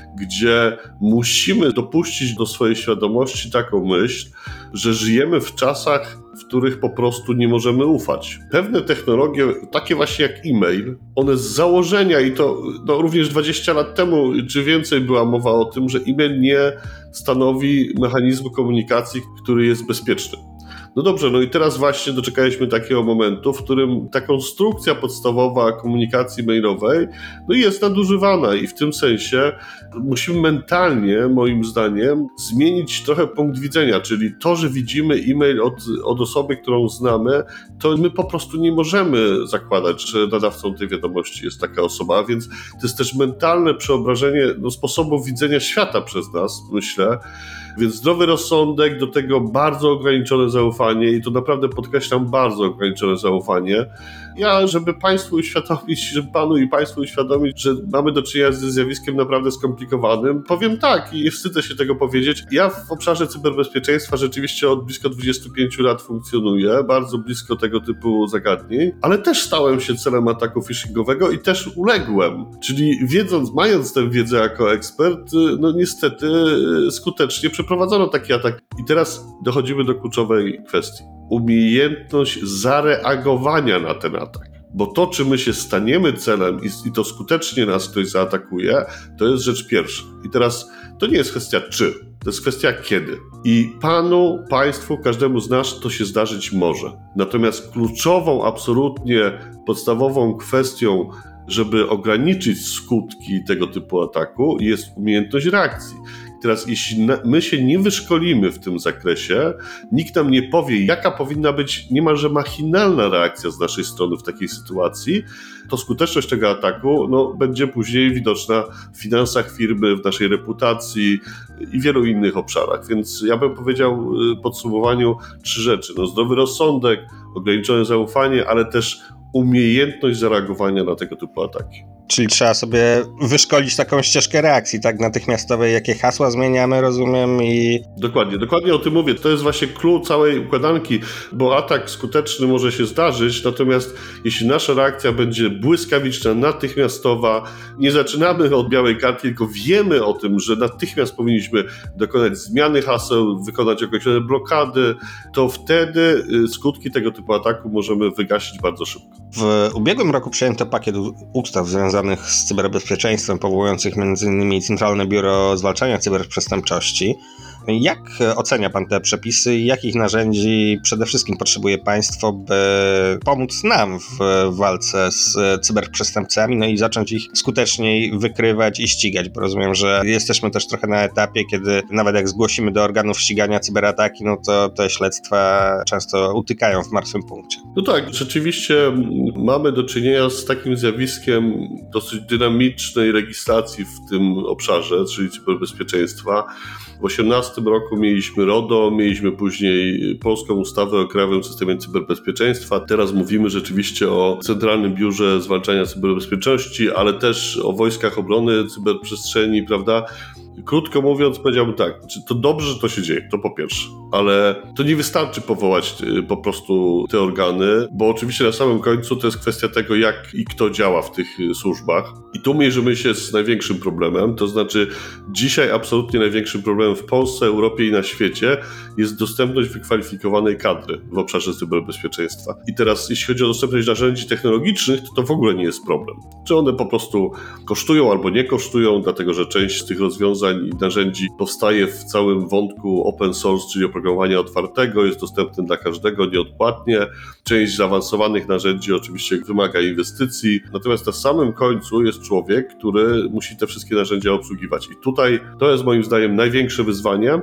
gdzie musimy dopuścić do swojej świadomości taką myśl, że żyjemy w czasach, w których po prostu nie możemy ufać. Pewne technologie, takie właśnie jak e-mail, one z założenia, i to no, również dwadzieścia lat temu czy więcej była mowa o tym, że e-mail nie stanowi mechanizmu komunikacji, który jest bezpieczny. No dobrze, no i teraz właśnie doczekaliśmy takiego momentu, w którym ta konstrukcja podstawowa komunikacji mailowej no jest nadużywana i w tym sensie musimy mentalnie, moim zdaniem, zmienić trochę punkt widzenia, czyli to, że widzimy e-mail od, od osoby, którą znamy, to my po prostu nie możemy zakładać, że nadawcą tej wiadomości jest taka osoba, więc to jest też mentalne przeobrażenie no, sposobu widzenia świata przez nas, myślę. Więc zdrowy rozsądek, do tego bardzo ograniczone zaufanie i to naprawdę podkreślam, bardzo ograniczone zaufanie. Ja, żeby Państwu uświadomić, żeby Panu i Państwu uświadomić, że mamy do czynienia ze zjawiskiem naprawdę skomplikowanym, powiem tak i wstydzę się tego powiedzieć. Ja w obszarze cyberbezpieczeństwa rzeczywiście od blisko dwudziestu pięciu lat funkcjonuję, bardzo blisko tego typu zagadnień, ale też stałem się celem ataku phishingowego i też uległem. Czyli wiedząc, mając tę wiedzę jako ekspert, no niestety skutecznie przeprowadzono taki atak. I teraz dochodzimy do kluczowej kwestii. Umiejętność zareagowania na ten atak. Bo to, czy my się staniemy celem i, i to skutecznie nas ktoś zaatakuje, to jest rzecz pierwsza. I teraz to nie jest kwestia czy, to jest kwestia kiedy. I Panu, Państwu, każdemu z nas to się zdarzyć może. Natomiast kluczową, absolutnie podstawową kwestią, żeby ograniczyć skutki tego typu ataku, jest umiejętność reakcji. Teraz jeśli my się nie wyszkolimy w tym zakresie, nikt nam nie powie, jaka powinna być niemalże machinalna reakcja z naszej strony w takiej sytuacji, to skuteczność tego ataku no, będzie później widoczna w finansach firmy, w naszej reputacji i wielu innych obszarach. Więc ja bym powiedział w podsumowaniu trzy rzeczy. No, zdrowy rozsądek, ograniczone zaufanie, ale też umiejętność zareagowania na tego typu ataki. Czyli trzeba sobie wyszkolić taką ścieżkę reakcji, tak natychmiastowej, jakie hasła zmieniamy, rozumiem i... Dokładnie, dokładnie o tym mówię. To jest właśnie klucz całej układanki, bo atak skuteczny może się zdarzyć, natomiast jeśli nasza reakcja będzie błyskawiczna, natychmiastowa, nie zaczynamy od białej kartki, tylko wiemy o tym, że natychmiast powinniśmy dokonać zmiany haseł, wykonać określone blokady, to wtedy skutki tego typu ataku możemy wygasić bardzo szybko. W ubiegłym roku przyjęto pakiet ustaw związanych z cyberbezpieczeństwem, powołujących między innymi Centralne Biuro Zwalczania Cyberprzestępczości. Jak ocenia Pan te przepisy i jakich narzędzi przede wszystkim potrzebuje państwo, by pomóc nam w walce z cyberprzestępcami, no i zacząć ich skuteczniej wykrywać i ścigać? Bo rozumiem, że jesteśmy też trochę na etapie, kiedy nawet jak zgłosimy do organów ścigania cyberataki, no to te śledztwa często utykają w martwym punkcie. No tak, rzeczywiście mamy do czynienia z takim zjawiskiem dosyć dynamicznej legislacji w tym obszarze, czyli cyberbezpieczeństwa. W osiemnastym roku mieliśmy RODO, mieliśmy później Polską Ustawę o Krajowym Systemie Cyberbezpieczeństwa. Teraz mówimy rzeczywiście o Centralnym Biurze Zwalczania Cyberbezpieczeństwa, ale też o Wojskach Obrony Cyberprzestrzeni, prawda? Krótko mówiąc, powiedziałbym tak, to dobrze, że to się dzieje, to po pierwsze, ale to nie wystarczy powołać po prostu te organy, bo oczywiście na samym końcu to jest kwestia tego, jak i kto działa w tych służbach. I tu mierzymy się z największym problemem, to znaczy dzisiaj absolutnie największym problemem w Polsce, Europie i na świecie jest dostępność wykwalifikowanej kadry w obszarze cyberbezpieczeństwa. I teraz jeśli chodzi o dostępność narzędzi technologicznych, to to w ogóle nie jest problem. Czy one po prostu kosztują albo nie kosztują, dlatego że część z tych rozwiązań i narzędzi powstaje w całym wątku open source, czyli oprogramowania otwartego, jest dostępny dla każdego nieodpłatnie. Część zaawansowanych narzędzi oczywiście wymaga inwestycji, natomiast na samym końcu jest człowiek, który musi te wszystkie narzędzia obsługiwać. I tutaj to jest moim zdaniem największe wyzwanie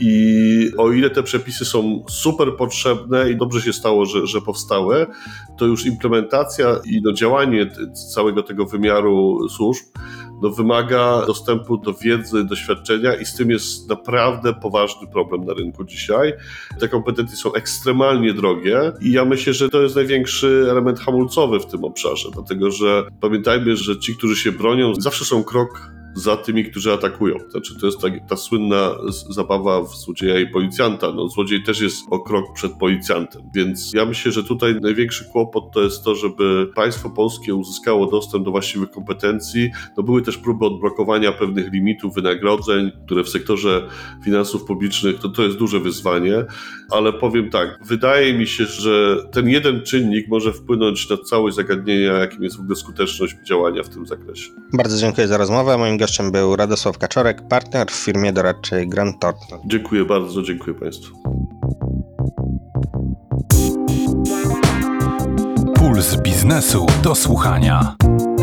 i o ile te przepisy są super potrzebne i dobrze się stało, że, że powstały, to już implementacja i no działanie całego tego wymiaru służb no, wymaga dostępu do wiedzy, doświadczenia i z tym jest naprawdę poważny problem na rynku dzisiaj. Te kompetencje są ekstremalnie drogie i ja myślę, że to jest największy element hamulcowy w tym obszarze, dlatego że pamiętajmy, że ci, którzy się bronią, zawsze są krok za tymi, którzy atakują. Znaczy, to jest ta, ta słynna zabawa w złodzieja i policjanta. No, złodziej też jest o krok przed policjantem, więc ja myślę, że tutaj największy kłopot to jest to, żeby państwo polskie uzyskało dostęp do właściwych kompetencji. No, były też próby odblokowania pewnych limitów wynagrodzeń, które w sektorze finansów publicznych to, to jest duże wyzwanie, ale powiem tak, wydaje mi się, że ten jeden czynnik może wpłynąć na całość zagadnienia, jakim jest w ogóle skuteczność działania w tym zakresie. Bardzo dziękuję za rozmowę. Moim gościem był Radosław Kaczorek, partner w firmie doradczej Grant Thornton. Dziękuję bardzo, dziękuję Państwu. Puls biznesu do słuchania.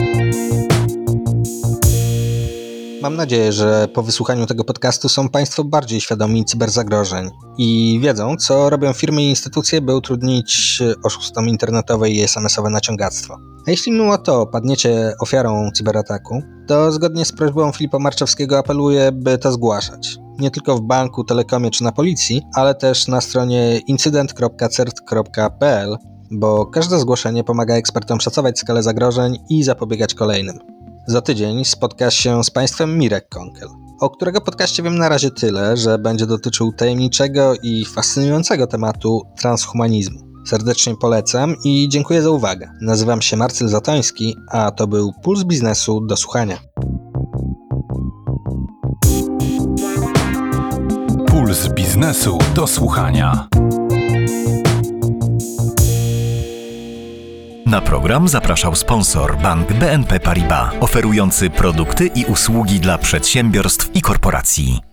Mam nadzieję, że po wysłuchaniu tego podcastu są Państwo bardziej świadomi cyberzagrożeń i wiedzą, co robią firmy i instytucje, by utrudnić oszustom internetowe i es em esowe naciągactwo. A jeśli mimo to padniecie ofiarą cyberataku, to zgodnie z prośbą Filipa Marczewskiego apeluję, by to zgłaszać. Nie tylko w banku, telekomie czy na policji, ale też na stronie incydent kropka cert kropka p l, bo każde zgłoszenie pomaga ekspertom szacować skalę zagrożeń i zapobiegać kolejnym. Za tydzień spotka się z Państwem Mirek Konkel, o którego podcaście wiem na razie tyle, że będzie dotyczył tajemniczego i fascynującego tematu transhumanizmu. Serdecznie polecam i dziękuję za uwagę. Nazywam się Marcel Zatoński, a to był Puls Biznesu do słuchania. Puls biznesu do słuchania. Na program zapraszał sponsor bank B N P Paribas, oferujący produkty i usługi dla przedsiębiorstw i korporacji.